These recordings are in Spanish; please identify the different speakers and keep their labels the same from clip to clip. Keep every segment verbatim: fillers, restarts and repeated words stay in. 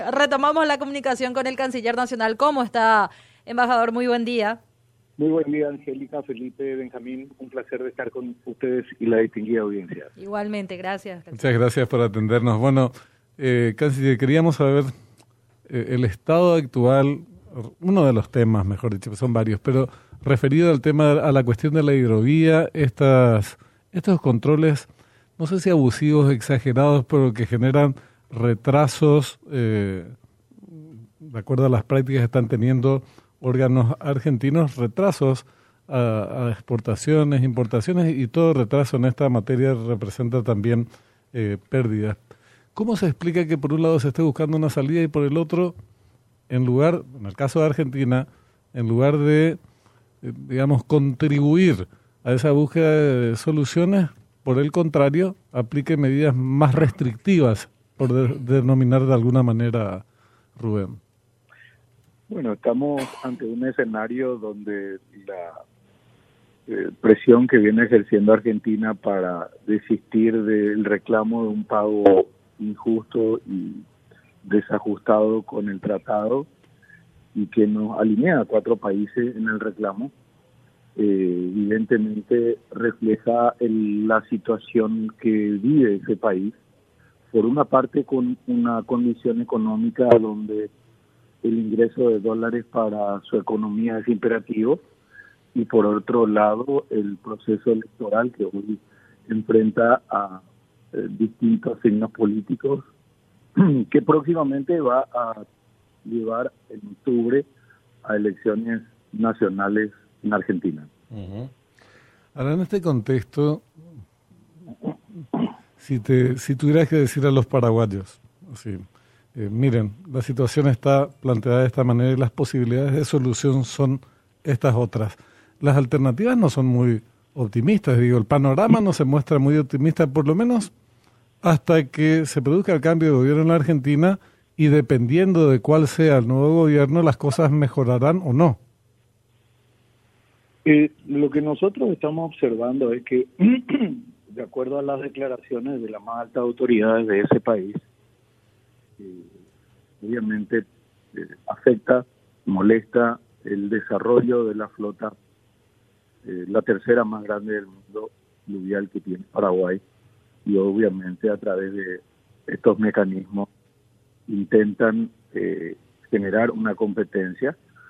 Speaker 1: retomamos la comunicación con el canciller nacional. ¿Cómo está, embajador? Muy buen día.
Speaker 2: Muy buen día, Angélica, Felipe, Benjamín. Un placer de estar con ustedes y la distinguida audiencia.
Speaker 1: Igualmente, gracias.
Speaker 3: Canciller. Muchas gracias por atendernos. Bueno, eh, canciller, queríamos saber eh, el estado actual, uno de los temas, mejor dicho, son varios, pero referido al tema, a la cuestión de la hidrovía, estas, estos controles, no sé si abusivos, exagerados, pero que generan retrasos, eh, de acuerdo a las prácticas que están teniendo órganos argentinos, retrasos a, a exportaciones, importaciones, y todo retraso en esta materia representa también eh, pérdidas. ¿Cómo se explica que por un lado se esté buscando una salida y por el otro, en lugar, en el caso de Argentina, en lugar de, eh, digamos, contribuir a esa búsqueda de soluciones, por el contrario, aplique medidas más restrictivas, por de, denominar de alguna manera, Rubén?
Speaker 2: Bueno, estamos ante un escenario donde la eh, presión que viene ejerciendo Argentina para desistir del reclamo de un pago injusto y desajustado con el tratado y que nos alinea a cuatro países en el reclamo, eh, evidentemente refleja el, la situación que vive ese país, por una parte con una condición económica donde el ingreso de dólares para su economía es imperativo, y por otro lado el proceso electoral que hoy enfrenta a eh, distintos signos políticos que próximamente va a llevar en octubre a elecciones nacionales en Argentina.
Speaker 3: Uh-huh. Ahora, en este contexto, si te si tuvieras que decir a los paraguayos, así, Eh, miren, la situación está planteada de esta manera y las posibilidades de solución son estas otras. Las alternativas no son muy optimistas, digo, el panorama no se muestra muy optimista, por lo menos hasta que se produzca el cambio de gobierno en la Argentina, y dependiendo de cuál sea el nuevo gobierno, las cosas mejorarán o no.
Speaker 2: Eh, lo que nosotros estamos observando es que, de acuerdo a las declaraciones de las más altas autoridades de ese país, Eh, obviamente eh, afecta, molesta el desarrollo de la flota, eh, la tercera más grande del mundo fluvial que tiene Paraguay, y obviamente a través de estos mecanismos intentan eh, generar una competencia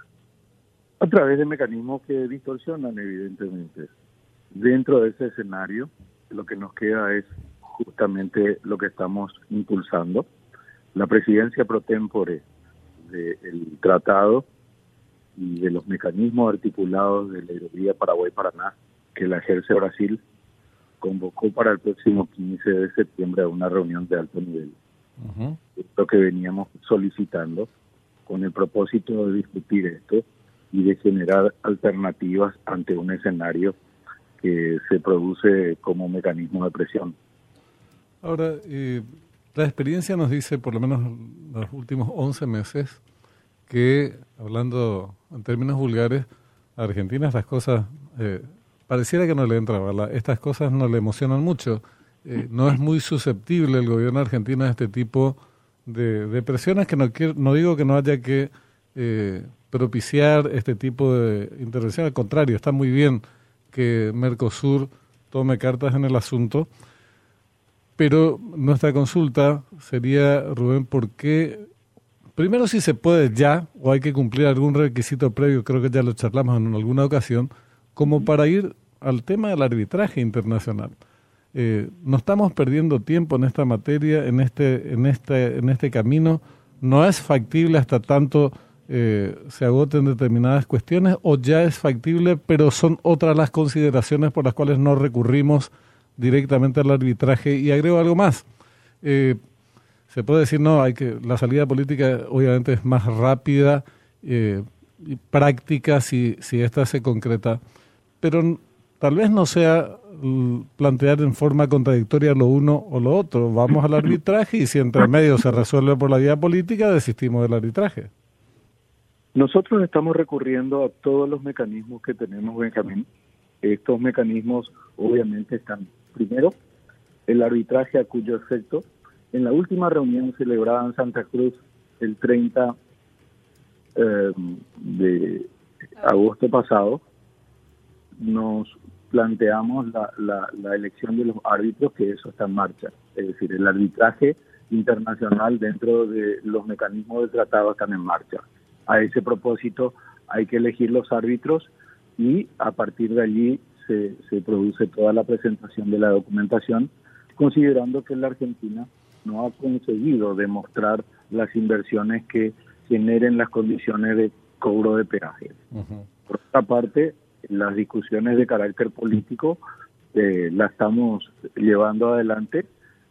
Speaker 2: a través de mecanismos que distorsionan evidentemente. Dentro de ese escenario, lo que nos queda es justamente lo que estamos impulsando: la presidencia pro tempore del tratado y de los mecanismos articulados de la hidrovía Paraguay-Paraná, que la ejerce Brasil, convocó para el próximo quince de septiembre a una reunión de alto nivel. Uh-huh. Lo que veníamos solicitando con el propósito de discutir esto y de generar alternativas ante un escenario que se produce como mecanismo de presión.
Speaker 3: Ahora, eh... la experiencia nos dice, por lo menos los últimos once meses, que, hablando en términos vulgares, a Argentina estas cosas, eh, pareciera que no le entra bala, estas cosas no le emocionan mucho. Eh, no es muy susceptible el gobierno argentino a este tipo de, de presiones, que no, quiero, no digo que no haya que eh, propiciar este tipo de intervención, al contrario, está muy bien que Mercosur tome cartas en el asunto. Pero nuestra consulta sería, Rubén, ¿por qué? Primero, si se puede ya, o hay que cumplir algún requisito previo, creo que ya lo charlamos en alguna ocasión, como para ir al tema del arbitraje internacional. Eh, no estamos perdiendo tiempo en esta materia, en este, en este, en este camino. No es factible hasta tanto eh, se agoten determinadas cuestiones, o ya es factible, pero son otras las consideraciones por las cuales no recurrimos directamente al arbitraje. Y agrego algo más. Eh, se puede decir, no, hay que la salida política obviamente es más rápida eh, y práctica si, si esta se concreta, pero n- tal vez no sea l- plantear en forma contradictoria lo uno o lo otro. Vamos al arbitraje y si entre medio se resuelve por la vía política, desistimos del arbitraje.
Speaker 2: Nosotros estamos recurriendo a todos los mecanismos que tenemos, Benjamín. Estos mecanismos obviamente están, primero, el arbitraje, a cuyo efecto, en la última reunión celebrada en Santa Cruz el treinta eh, de agosto pasado nos planteamos la, la, la elección de los árbitros, que eso está en marcha. Es decir, el arbitraje internacional dentro de los mecanismos de tratado están en marcha. A ese propósito hay que elegir los árbitros y a partir de allí se, se produce toda la presentación de la documentación, considerando que la Argentina no ha conseguido demostrar las inversiones que generen las condiciones de cobro de peajes. Uh-huh. Por otra parte, las discusiones de carácter político eh, las estamos llevando adelante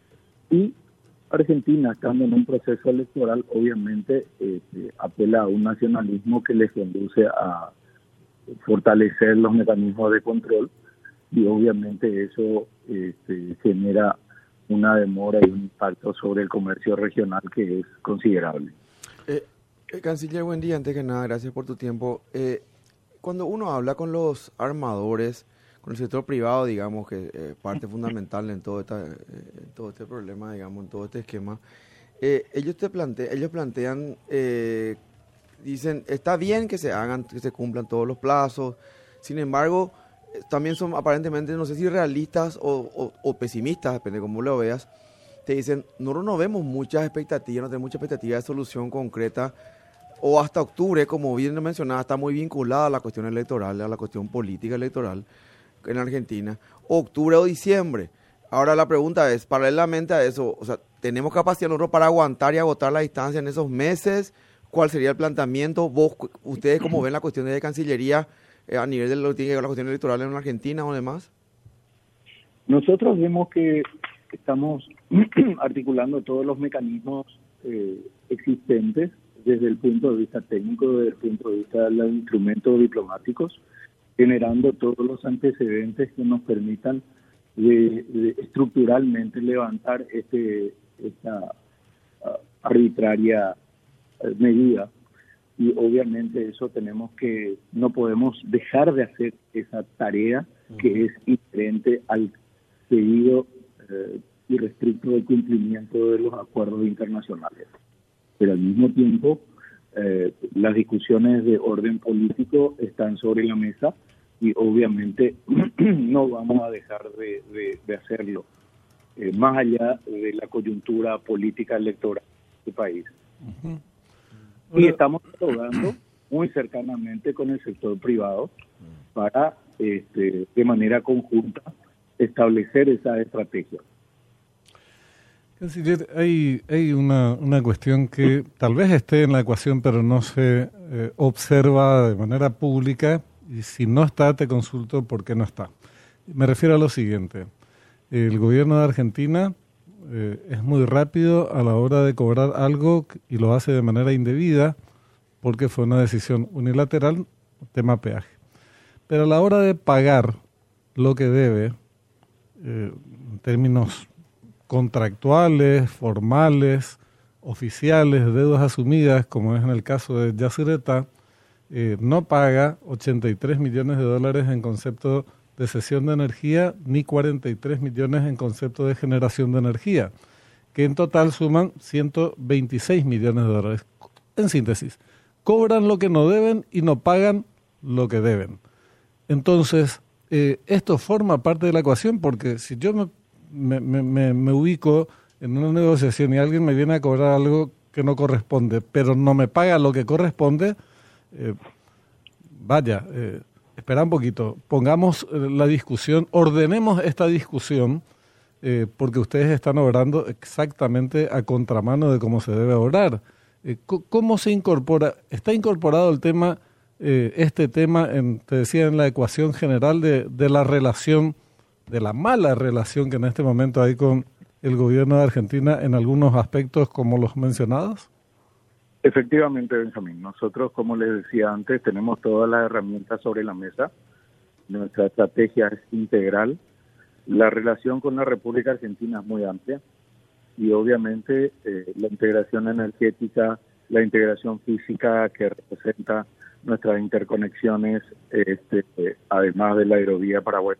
Speaker 2: y Argentina, estando en un proceso electoral, obviamente eh, apela a un nacionalismo que les conduce a fortalecer los mecanismos de control y obviamente eso este, genera una demora y un impacto sobre el comercio regional que es considerable.
Speaker 4: Eh, eh, Canciller, buen día. Antes que nada, gracias por tu tiempo. Eh, cuando uno habla con los armadores, con el sector privado, digamos, que es eh, parte fundamental en todo, esta, eh, en todo este problema, digamos, en todo este esquema, eh, ellos te plante, ellos plantean, eh, dicen, está bien que se hagan, que se cumplan todos los plazos, sin embargo, eh, también son aparentemente, no sé si realistas o, o, o pesimistas, depende de cómo lo veas, te dicen, nosotros no vemos muchas expectativas, no tenemos mucha expectativa de solución concreta, o hasta octubre, como bien lo mencionaba, está muy vinculada a la cuestión electoral, a la cuestión política electoral en Argentina, octubre o diciembre. Ahora la pregunta es, paralelamente a eso, o sea, ¿tenemos capacidad nosotros para aguantar y agotar la distancia en esos meses? ¿Cuál sería el planteamiento? ¿Vos, ustedes cómo ven la cuestión de Cancillería eh, a nivel de lo que tiene que ver la cuestión electoral en Argentina o demás?
Speaker 2: Nosotros vemos que estamos articulando todos los mecanismos eh, existentes desde el punto de vista técnico, desde el punto de vista de los instrumentos diplomáticos, generando todos los antecedentes que nos permitan de, de estructuralmente levantar este esta uh, arbitraria uh, medida. Y obviamente eso tenemos que, no podemos dejar de hacer esa tarea que es inherente al seguido uh, y restricto del cumplimiento de los acuerdos internacionales. Pero al mismo tiempo, eh, las discusiones de orden político están sobre la mesa y obviamente no vamos a dejar de, de, de hacerlo, eh, más allá de la coyuntura política electoral de este país. Uh-huh. Y estamos trabajando muy cercanamente con el sector privado para, este, de manera conjunta, establecer esa estrategia.
Speaker 3: Canciller, hay, hay una, una cuestión que tal vez esté en la ecuación, pero no se eh, observa de manera pública, y si no está, te consulto por qué no está. Me refiero a lo siguiente. El gobierno de Argentina eh, es muy rápido a la hora de cobrar algo y lo hace de manera indebida porque fue una decisión unilateral, tema peaje. Pero a la hora de pagar lo que debe, eh, en términos contractuales, formales, oficiales, deudas asumidas, como es en el caso de Yacyretá, eh, no paga ochenta y tres millones de dólares en concepto de cesión de energía, ni cuarenta y tres millones en concepto de generación de energía, que en total suman ciento veintiséis millones de dólares. En síntesis, cobran lo que no deben y no pagan lo que deben. Entonces, eh, esto forma parte de la ecuación, porque si yo me Me, me, me ubico en una negociación y alguien me viene a cobrar algo que no corresponde, pero no me paga lo que corresponde, eh, vaya, eh, espera un poquito, pongamos la discusión, ordenemos esta discusión, eh, porque ustedes están obrando exactamente a contramano de cómo se debe obrar. Eh, ¿Cómo se incorpora? ¿Está incorporado el tema, eh, este tema, en, te decía, en la ecuación general de, de la relación, de la mala relación que en este momento hay con el gobierno de Argentina en algunos aspectos como los mencionados?
Speaker 2: Efectivamente, Benjamín. Nosotros, como les decía antes, tenemos todas las herramientas sobre la mesa. Nuestra estrategia es integral. La relación con la República Argentina es muy amplia y obviamente eh, la integración energética, la integración física que representa nuestras interconexiones, este, eh, además de la aerovía Paraguay,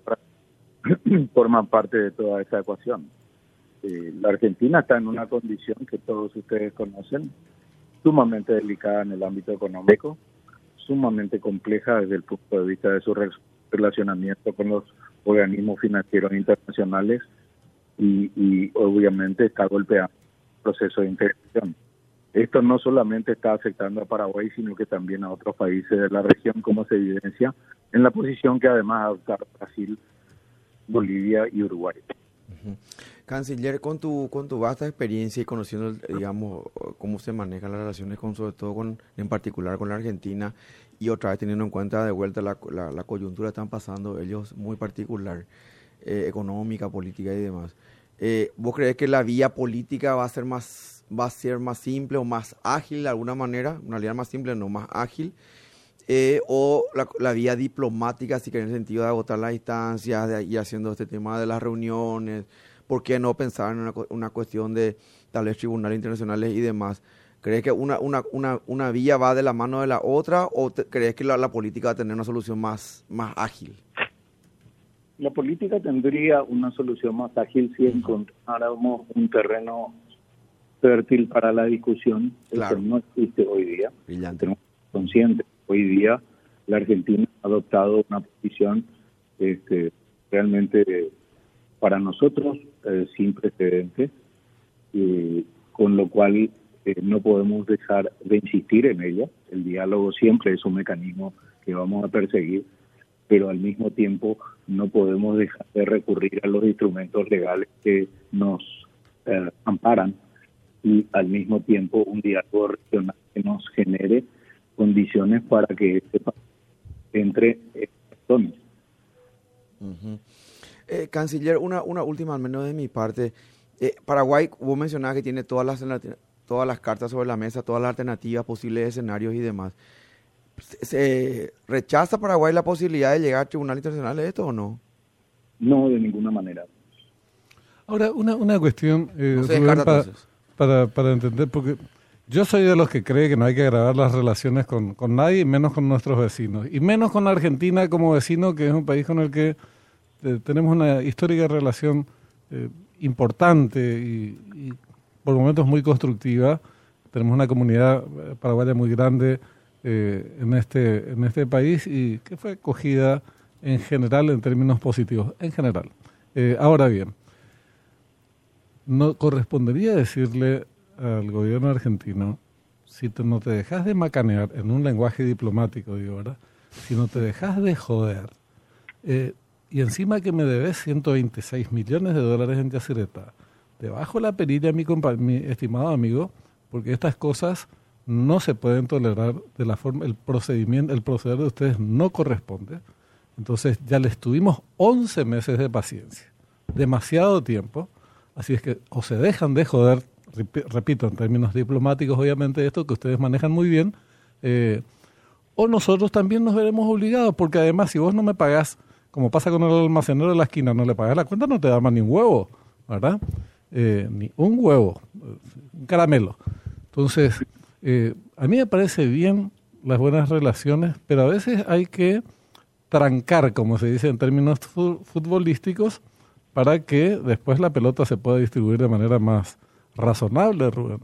Speaker 2: forman parte de toda esa ecuación. Eh, la Argentina está en una condición que todos ustedes conocen, sumamente delicada en el ámbito económico, sumamente compleja desde el punto de vista de su re- relacionamiento con los organismos financieros internacionales y, y obviamente está golpeando el proceso de integración. Esto no solamente está afectando a Paraguay, sino que también a otros países de la región, como se evidencia en la posición que además adoptaron Brasil, Bolivia y Uruguay.
Speaker 4: Uh-huh. Canciller, con tu con tu vasta experiencia y conociendo, digamos, cómo se manejan las relaciones, con sobre todo con, en particular con la Argentina, y otra vez teniendo en cuenta de vuelta la, la, la coyuntura que están pasando ellos muy particular, eh, económica, política y demás. Eh, ¿Vos crees que la vía política va a ser más va a ser más simple o más ágil de alguna manera? Una vía más simple, no más ágil. Eh, o la, la vía diplomática, así que en el sentido de agotar las distancias, de ir haciendo este tema de las reuniones. ¿Por qué no pensar en una, una cuestión de tal vez tribunales internacionales y demás? ¿Crees que una, una, una, una vía va de la mano de la otra o te, crees que la, la política va a tener una solución más, más ágil?
Speaker 2: La política tendría una solución más ágil si encontráramos un terreno fértil para la discusión.
Speaker 4: Claro.
Speaker 2: Eso no existe hoy día.
Speaker 4: Brillante.
Speaker 2: Tenemos que ser conscientes. Hoy día la Argentina ha adoptado una posición este, realmente para nosotros eh, sin precedentes, eh, con lo cual eh, no podemos dejar de insistir en ella. El diálogo siempre es un mecanismo que vamos a perseguir, pero al mismo tiempo no podemos dejar de recurrir a los instrumentos legales que nos eh, amparan y al mismo tiempo un diálogo regional que nos genere condiciones para que este país entre en personas.
Speaker 4: Uh-huh. Eh, canciller, una, una última al menos de mi parte. Eh, Paraguay, vos mencionabas que tiene todas las, todas las cartas sobre la mesa, todas las alternativas, posibles escenarios y demás. ¿Se rechaza Paraguay la posibilidad de llegar a tribunales internacionales de esto o no?
Speaker 2: No, de ninguna manera.
Speaker 3: Ahora, una, una cuestión, eh,
Speaker 4: No se
Speaker 3: Rubén,
Speaker 4: descarta,
Speaker 3: para,
Speaker 4: entonces.
Speaker 3: para, para entender, porque yo soy de los que cree que no hay que agravar las relaciones con, con nadie, y menos con nuestros vecinos, y menos con Argentina como vecino, que es un país con el que eh, tenemos una histórica relación eh, importante y, y por momentos muy constructiva. Tenemos una comunidad paraguaya muy grande eh, en este en este país y que fue acogida en general en términos positivos, en general. Eh, ahora bien, no correspondería decirle al gobierno argentino, si te, no te dejas de macanear en un lenguaje diplomático, digo, ¿verdad? Si no te dejas de joder, eh, y encima que me debes ciento veintiséis millones de dólares en Yacyretá, te bajo la perilla, mi, compa- mi estimado amigo, porque estas cosas no se pueden tolerar de la forma, el procedimiento, el proceder de ustedes no corresponde. Entonces ya les tuvimos once meses de paciencia, demasiado tiempo, así es que o se dejan de joder, rep- repito, en términos diplomáticos obviamente esto que ustedes manejan muy bien, eh, o nosotros también nos veremos obligados, porque además si vos no me pagás, como pasa con el almacenero de la esquina, no le pagás la cuenta, no te da más ni un huevo, ¿verdad? Eh, ni un huevo, un caramelo. Entonces, eh, a mí me parece bien las buenas relaciones, pero a veces hay que trancar, como se dice en términos fu- futbolísticos, para que después la pelota se pueda distribuir de manera más razonable, Rubén.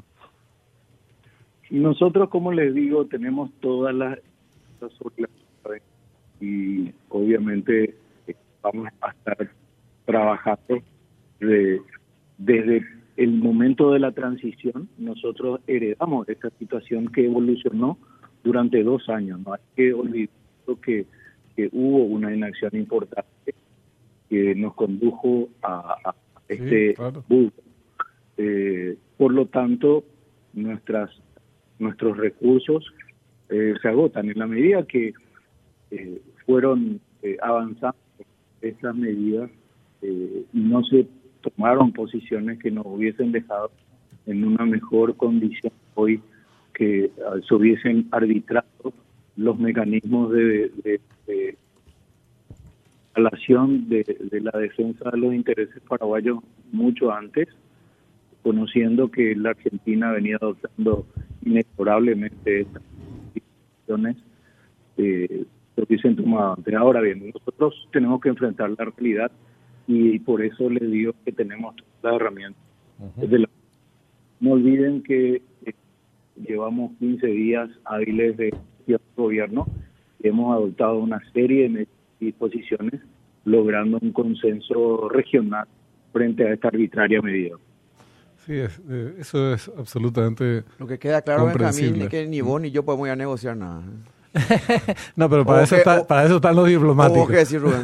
Speaker 2: Nosotros, como les digo, tenemos todas las sobre la y obviamente eh, vamos a estar trabajando de, desde el momento de la transición. Nosotros heredamos esta situación que evolucionó durante dos años. No hay que olvidar que, que hubo una inacción importante que nos condujo a, a este
Speaker 3: Sí, claro.
Speaker 2: bug. Eh, por lo tanto, nuestras nuestros recursos eh, se agotan en la medida que eh, fueron eh, avanzando estas medidas eh, y no se tomaron posiciones que nos hubiesen dejado en una mejor condición hoy, que uh, se hubiesen arbitrado los mecanismos de, de, de relación de, de la defensa de los intereses paraguayos mucho antes, conociendo que la Argentina venía adoptando inexorablemente estas decisiones eh, que hubiesen tomado antes. Ahora bien, nosotros tenemos que enfrentar la realidad y, y por eso les digo que tenemos todas las herramientas.
Speaker 3: Uh-huh.
Speaker 2: De la, no olviden que eh, llevamos quince días hábiles de gobierno y hemos adoptado una serie de disposiciones logrando un consenso regional frente a esta arbitraria medida.
Speaker 3: Sí, es, eh, eso es absolutamente
Speaker 4: Lo que queda claro,
Speaker 3: comprensible.
Speaker 4: Benjamín, es que ni vos ni yo podemos ir a negociar nada.
Speaker 3: No, pero para eso,
Speaker 4: que,
Speaker 3: está,
Speaker 4: o,
Speaker 3: para eso están los diplomáticos.
Speaker 4: ¿Qué decir, Rubén?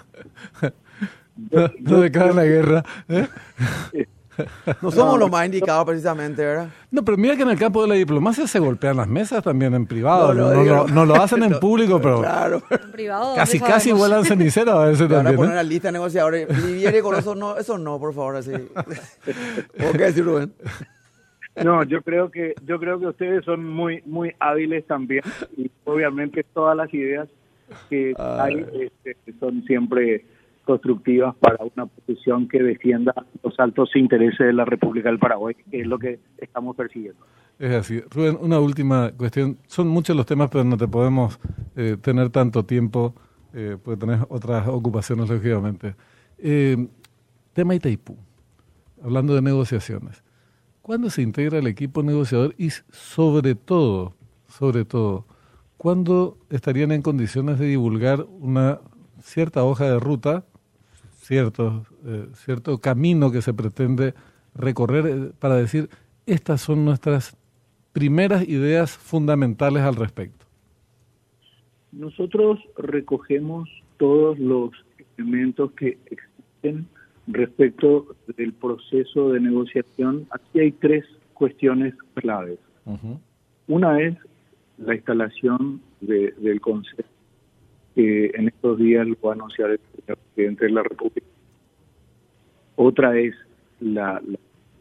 Speaker 3: no, no declaran la guerra. ¿eh?
Speaker 4: No somos no, los más indicados precisamente, ¿verdad?
Speaker 3: No, pero mira que en el campo de la diplomacia se golpean las mesas también en privado. No, no,
Speaker 4: no,
Speaker 3: no, no lo hacen en
Speaker 4: no,
Speaker 3: público, pero
Speaker 1: claro. En privado,
Speaker 3: casi casi vuelan ceniceros a veces también.
Speaker 4: Ahora poner
Speaker 3: ¿eh?
Speaker 4: la lista de negociadores. Liviere con eso no, eso no, por favor, así. ¿O qué decir, Rubén?
Speaker 2: No, yo creo que yo creo que ustedes son muy muy hábiles también y obviamente todas las ideas que ah. hay este, son siempre constructivas para una posición que defienda los altos intereses de la República del Paraguay, que es lo que estamos persiguiendo.
Speaker 3: Es así. Rubén, una última cuestión. Son muchos los temas, pero no te podemos eh, tener tanto tiempo, eh, porque tenés otras ocupaciones, lógicamente. Eh, tema Itaipú, hablando de negociaciones. ¿Cuándo se integra el equipo negociador? Y sobre todo, sobre todo, ¿cuándo estarían en condiciones de divulgar una cierta hoja de ruta, cierto, eh, cierto camino que se pretende recorrer eh, para decir, estas son nuestras primeras ideas fundamentales al respecto?
Speaker 2: Nosotros recogemos todos los elementos que existen respecto del proceso de negociación. Aquí hay tres cuestiones claves. Uh-huh. Una es la instalación de, del Consejo, que en estos días lo va a anunciar el presidente de la República. Otra es la, la,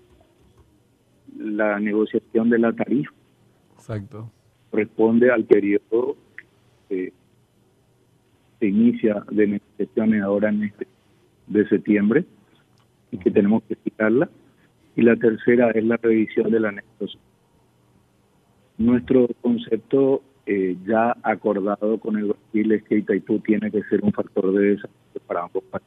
Speaker 2: la negociación de la tarifa.
Speaker 3: Exacto.
Speaker 2: Responde al periodo que se inicia de negociaciones ahora en este de septiembre y que tenemos que fijarla. Y la tercera es la revisión de la negociación. Nuestro concepto eh, ya acordado con el Brasil es que Itaipú tiene que ser un factor de desarrollo para ambos países.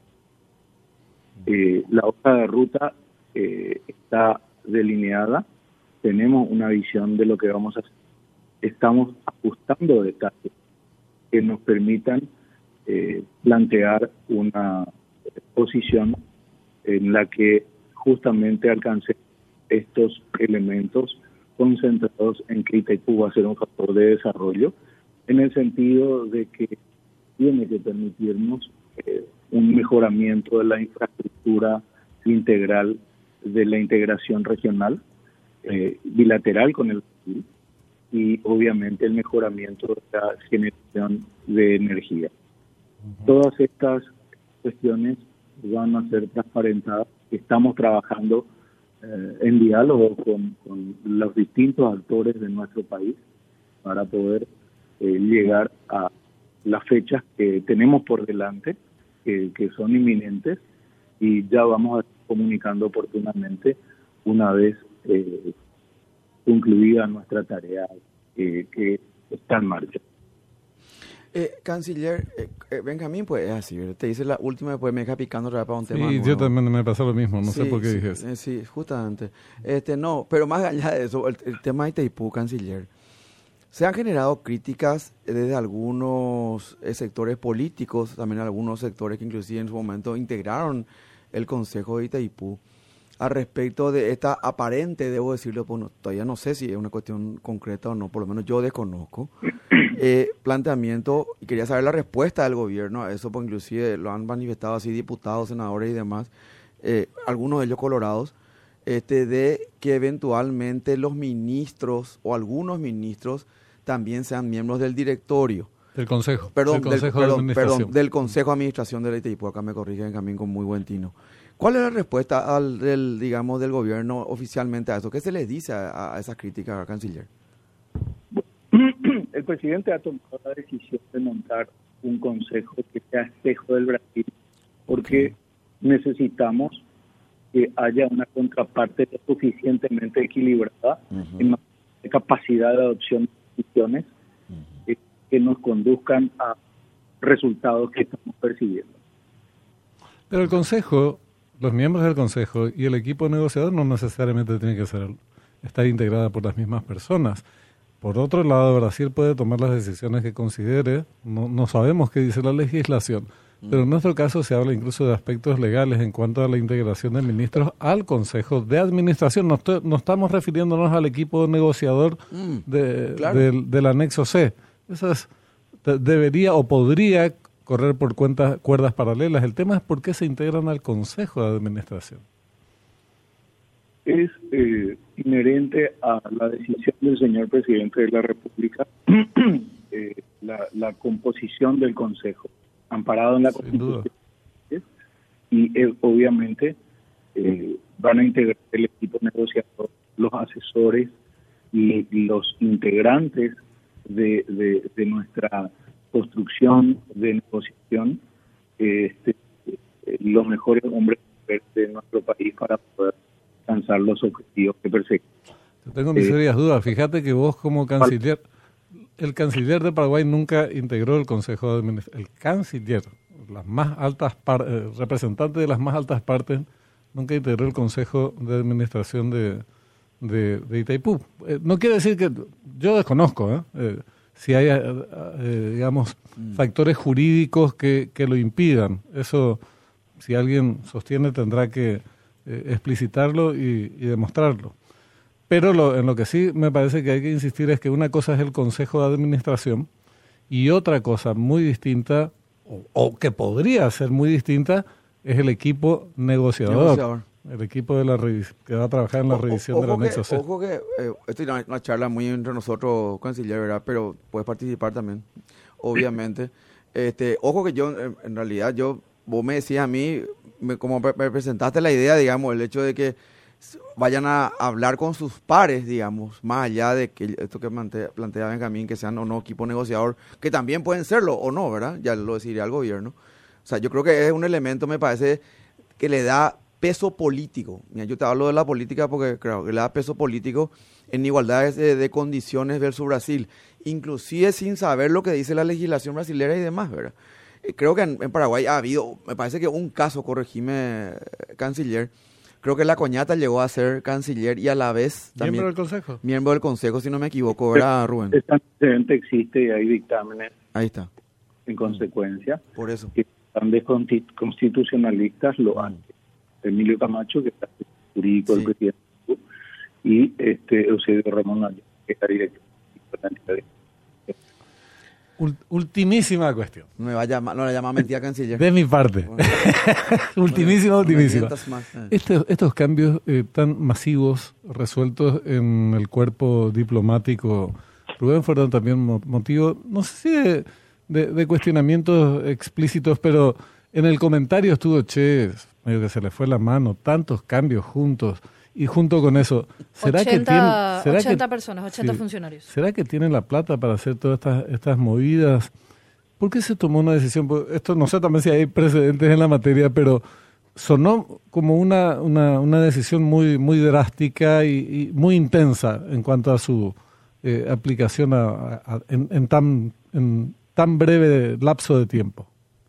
Speaker 2: Eh, la hoja de ruta eh, está delineada, tenemos una visión de lo que vamos a hacer. Estamos ajustando detalles que nos permitan eh, plantear una posición en la que justamente alcance estos elementos concentrados en que Itaipú va a ser un factor de desarrollo, en el sentido de que tiene que permitirnos eh, un mejoramiento de la infraestructura integral de la integración regional, eh, bilateral con el Brasil, y obviamente el mejoramiento de la generación de energía. Uh-huh. Todas estas cuestiones van a ser transparentadas. Estamos trabajando eh, en diálogo con, con los distintos actores de nuestro país para poder eh, llegar a las fechas que tenemos por delante, que, que son inminentes, y ya vamos a estar comunicando oportunamente una vez eh, concluida nuestra tarea eh, que está en marcha.
Speaker 4: Eh, canciller, eh, eh, Benjamín, pues es así, ¿verdad? Te dice la última, después me deja picando otra vez para un
Speaker 3: sí,
Speaker 4: tema
Speaker 3: Sí,
Speaker 4: nuevo.
Speaker 3: yo también me pasó lo mismo, no
Speaker 4: sí,
Speaker 3: sé por qué
Speaker 4: sí,
Speaker 3: dije eso.
Speaker 4: Eh, sí, justamente. Este, no, pero más allá de eso, el, el tema de Itaipú, canciller, se han generado críticas desde algunos eh, sectores políticos, también algunos sectores que inclusive en su momento integraron el Consejo de Itaipú, al respecto de esta aparente, debo decirlo, bueno, todavía no sé si es una cuestión concreta o no, por lo menos yo desconozco, eh, planteamiento, y quería saber la respuesta del gobierno a eso, porque inclusive lo han manifestado así diputados, senadores y demás, eh, algunos de ellos colorados, este, de que eventualmente los ministros o algunos ministros también sean miembros del directorio.
Speaker 3: Del Consejo.
Speaker 4: Perdón,
Speaker 3: del Consejo
Speaker 4: del,
Speaker 3: de
Speaker 4: perdón,
Speaker 3: Administración.
Speaker 4: perdón, del Consejo de Administración de la Itaipú, acá me corrigen también con muy buen tino. ¿Cuál es la respuesta al, del, digamos, del gobierno oficialmente a eso? ¿Qué se les dice a, a esas críticas, canciller?
Speaker 2: El presidente ha tomado la decisión de montar un consejo que sea espejo del Brasil, porque sí. necesitamos que haya una contraparte suficientemente equilibrada uh-huh. en capacidad de adopción de decisiones uh-huh. eh, que nos conduzcan a resultados que estamos persiguiendo.
Speaker 3: Pero el Consejo, los miembros del Consejo y el equipo negociador no necesariamente tienen que ser está integrada por las mismas personas. Por otro lado, Brasil puede tomar las decisiones que considere, no, no sabemos qué dice la legislación, pero en nuestro caso se habla incluso de aspectos legales en cuanto a la integración de ministros al Consejo de Administración. No, estoy, no estamos refiriéndonos al equipo negociador
Speaker 4: Mm,
Speaker 3: de,
Speaker 4: claro.
Speaker 3: del, del anexo C. Eso es, de- debería o podría correr por cuentas, cuerdas paralelas. El tema es por qué se integran al Consejo de Administración.
Speaker 2: Es eh, inherente a la decisión del señor presidente de la República eh, la, la composición del Consejo, amparado en la
Speaker 3: Sin duda.
Speaker 2: Constitución, y eh, obviamente eh, van a integrar el equipo negociador, los asesores y los integrantes de, de, de nuestra construcción de negociación, eh, este, eh, los mejores hombres y mujeres de nuestro país para poder alcanzar los objetivos que perseguimos.
Speaker 3: Yo tengo mis
Speaker 2: Eh,
Speaker 3: serias dudas. Fíjate que vos como canciller, el canciller de Paraguay nunca integró el Consejo de Administración. El canciller, las más altas par- eh, representante de las más altas partes, nunca integró el Consejo de Administración de, de, de Itaipú. Eh, no quiere decir que yo desconozco, ¿eh? Eh, si hay, eh, eh, digamos, factores jurídicos que, que lo impidan. Eso, si alguien sostiene, tendrá que eh, explicitarlo y, y demostrarlo. Pero lo, en lo que sí me parece que hay que insistir es que una cosa es el Consejo de Administración y otra cosa muy distinta, o, o que podría ser muy distinta, es el equipo negociador.
Speaker 4: Negociador.
Speaker 3: El equipo de la revis- que va a trabajar en la
Speaker 4: O- o-
Speaker 3: revisión del
Speaker 4: ojo
Speaker 3: anexo
Speaker 4: que,
Speaker 3: C.
Speaker 4: Ojo que, eh, esto es una, una charla muy entre nosotros, canciller, ¿verdad? Pero puedes participar también, obviamente. Este, ojo que yo, en, en realidad, yo, vos me decías a mí, me, como me, me presentaste la idea, digamos, el hecho de que s- vayan a hablar con sus pares, digamos, más allá de que esto que plantea, plantea Benjamín, que sean o no equipo negociador, que también pueden serlo o no, ¿verdad? Ya lo decidirá el gobierno. O sea, yo creo que es un elemento, me parece, que le da peso político. Mira, yo te hablo de la política porque creo que le da peso político en igualdades de, de condiciones versus Brasil, inclusive sin saber lo que dice la legislación brasilera y demás, ¿verdad? Eh, Creo que en, en Paraguay ha habido, me parece que un caso, corregime, eh, canciller, creo que la Coñata llegó a ser canciller y a la vez también
Speaker 3: ¿Miembro del Consejo?
Speaker 4: miembro del Consejo, si no me equivoco, ¿verdad, Rubén?
Speaker 2: Este antecedente existe y hay dictámenes
Speaker 4: Ahí está,
Speaker 2: en consecuencia
Speaker 4: por eso.
Speaker 2: que están de consti- constitucionalistas, lo han Emilio Camacho, que está jurídico del
Speaker 4: Sí.
Speaker 2: presidente, y este Eusebio Ramón Ayala, que está director de la entidad.
Speaker 3: Ul- ultimísima cuestión.
Speaker 4: No me va a llamar, no le llama mentira canciller.
Speaker 3: De mi parte.
Speaker 4: Bueno.
Speaker 3: ultimísima,
Speaker 4: No me
Speaker 3: ultimísima.
Speaker 4: mientas más. Eh.
Speaker 3: Este- estos cambios eh, tan masivos resueltos en el cuerpo diplomático, Rubén, fueron también mo- motivo, no sé si de, de- de cuestionamientos explícitos, pero en el comentario estuvo, che, medio que se le fue la mano, tantos cambios juntos, y junto con eso, ¿será que
Speaker 1: ochenta,
Speaker 3: tienen, será
Speaker 1: ochenta
Speaker 3: que-
Speaker 1: personas, ochenta
Speaker 3: sí,
Speaker 1: funcionarios.
Speaker 3: ¿será que tienen la plata para hacer todas estas, estas movidas? ¿Por qué se tomó una decisión? Pues, esto no sé también si hay precedentes en la materia, pero sonó como una, una, una decisión muy, muy drástica y, y muy intensa en cuanto a su eh, aplicación a, a- en, en tan, en tan breve lapso de tiempo.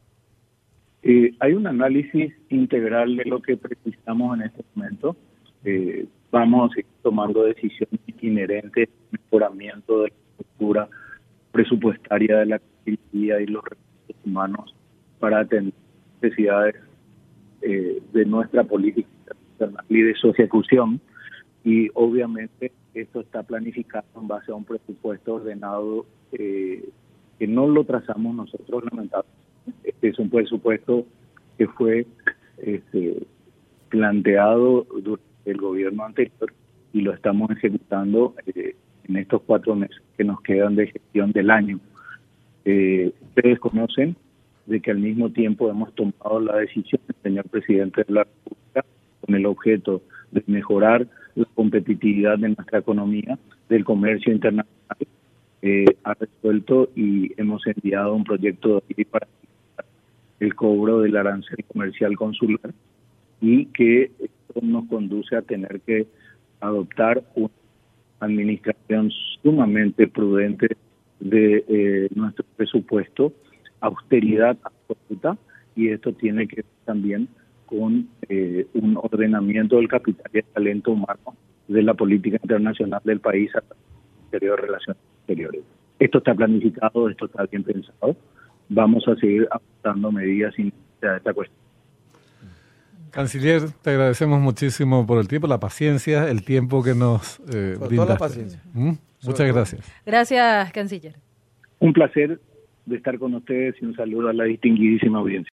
Speaker 2: Eh, hay un análisis integral de lo que precisamos en este momento. Eh, vamos a seguir tomando decisiones inherentes, mejoramiento de la estructura presupuestaria de la Cancillería y los recursos humanos para atender necesidades eh, de nuestra política internacional y de su ejecución. Y obviamente esto está planificado en base a un presupuesto ordenado eh, que no lo trazamos nosotros, lamentablemente. Este es un presupuesto que fue este, planteado durante el gobierno anterior y lo estamos ejecutando eh, en estos cuatro meses que nos quedan de gestión del año. Eh, ustedes conocen de que al mismo tiempo hemos tomado la decisión, el señor presidente de la República, con el objeto de mejorar la competitividad de nuestra economía, del comercio internacional, eh, ha resuelto y hemos enviado un proyecto de ley para el cobro del arancel comercial consular y que esto nos conduce a tener que adoptar una administración sumamente prudente de eh, nuestro presupuesto, austeridad absoluta, y esto tiene que ver también con eh, un ordenamiento del capital y el talento humano de la política internacional del país a Ministerio de Relaciones Exteriores. Esto está planificado, esto está bien pensado. Vamos a seguir aportando medidas sin a esta cuestión.
Speaker 3: Canciller, te agradecemos muchísimo por el tiempo, la paciencia, el tiempo que nos eh,
Speaker 4: Sobre
Speaker 3: brindaste.
Speaker 4: todo la paciencia.
Speaker 3: ¿Mm? Muchas gracias.
Speaker 1: Gracias, canciller.
Speaker 2: Un placer de estar con ustedes y un saludo a la distinguidísima audiencia.